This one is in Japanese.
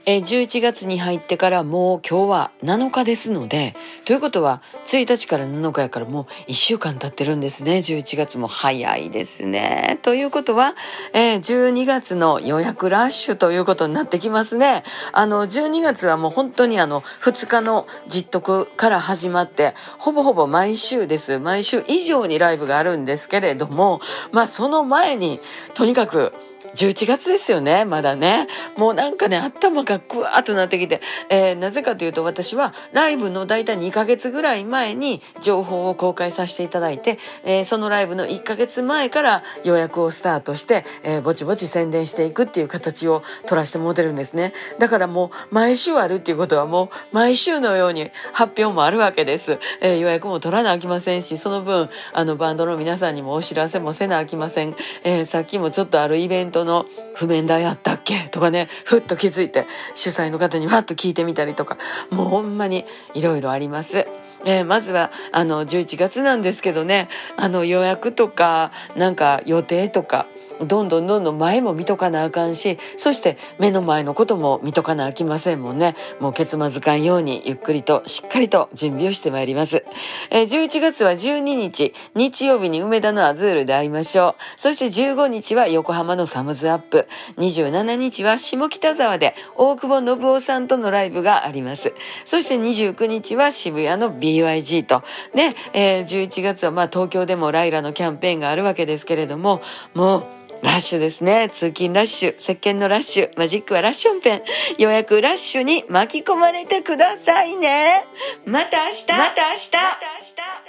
11月に入ってからもう今日は7日ですので、ということは1日から7日やからもう1週間経ってるんですね。11月も早いですね。ということは、12月の予約ラッシュということになってきますね。12月はもう本当に2日の実得から始まって、ほぼほぼ毎週です。毎週以上にライブがあるんですけれども、その前にとにかく11月ですよね、まだね。もうなんかね、頭がグワーッとなってきて、なぜかというと私はライブのだいたい2ヶ月ぐらい前に情報を公開させていただいて、そのライブの1ヶ月前から予約をスタートして、ぼちぼち宣伝していくっていう形を取らせてもらってるんですね。だからもう毎週あるっていうことはもう毎週のように発表もあるわけです。予約も取らなあきませんし、その分バンドの皆さんにもお知らせもせなあきません。さっきもちょっとあるイベントの譜面台あったっけとかね、ふっと気づいて主催の方にわっと聞いてみたりとか、もうほんまにいろいろあります。まずは11月なんですけどね、予約とかなんか予定とかどんどん前も見とかなあかんし、そして目の前のことも見とかなあきませんもんね。もうケツまずかんようにゆっくりとしっかりと準備をしてまいります。11月は12日日曜日に梅田のアズールで会いましょう。そして15日は横浜のサムズアップ、27日は下北沢で大久保信夫さんとのライブがあります。そして29日は渋谷の BYG とね、11月は東京でもライラのキャンペーンがあるわけですけれども、もうラッシュですね。通勤ラッシュ、石鹸のラッシュ、マジックはラッションペン、予約ラッシュに巻き込まれてくださいね。また明日。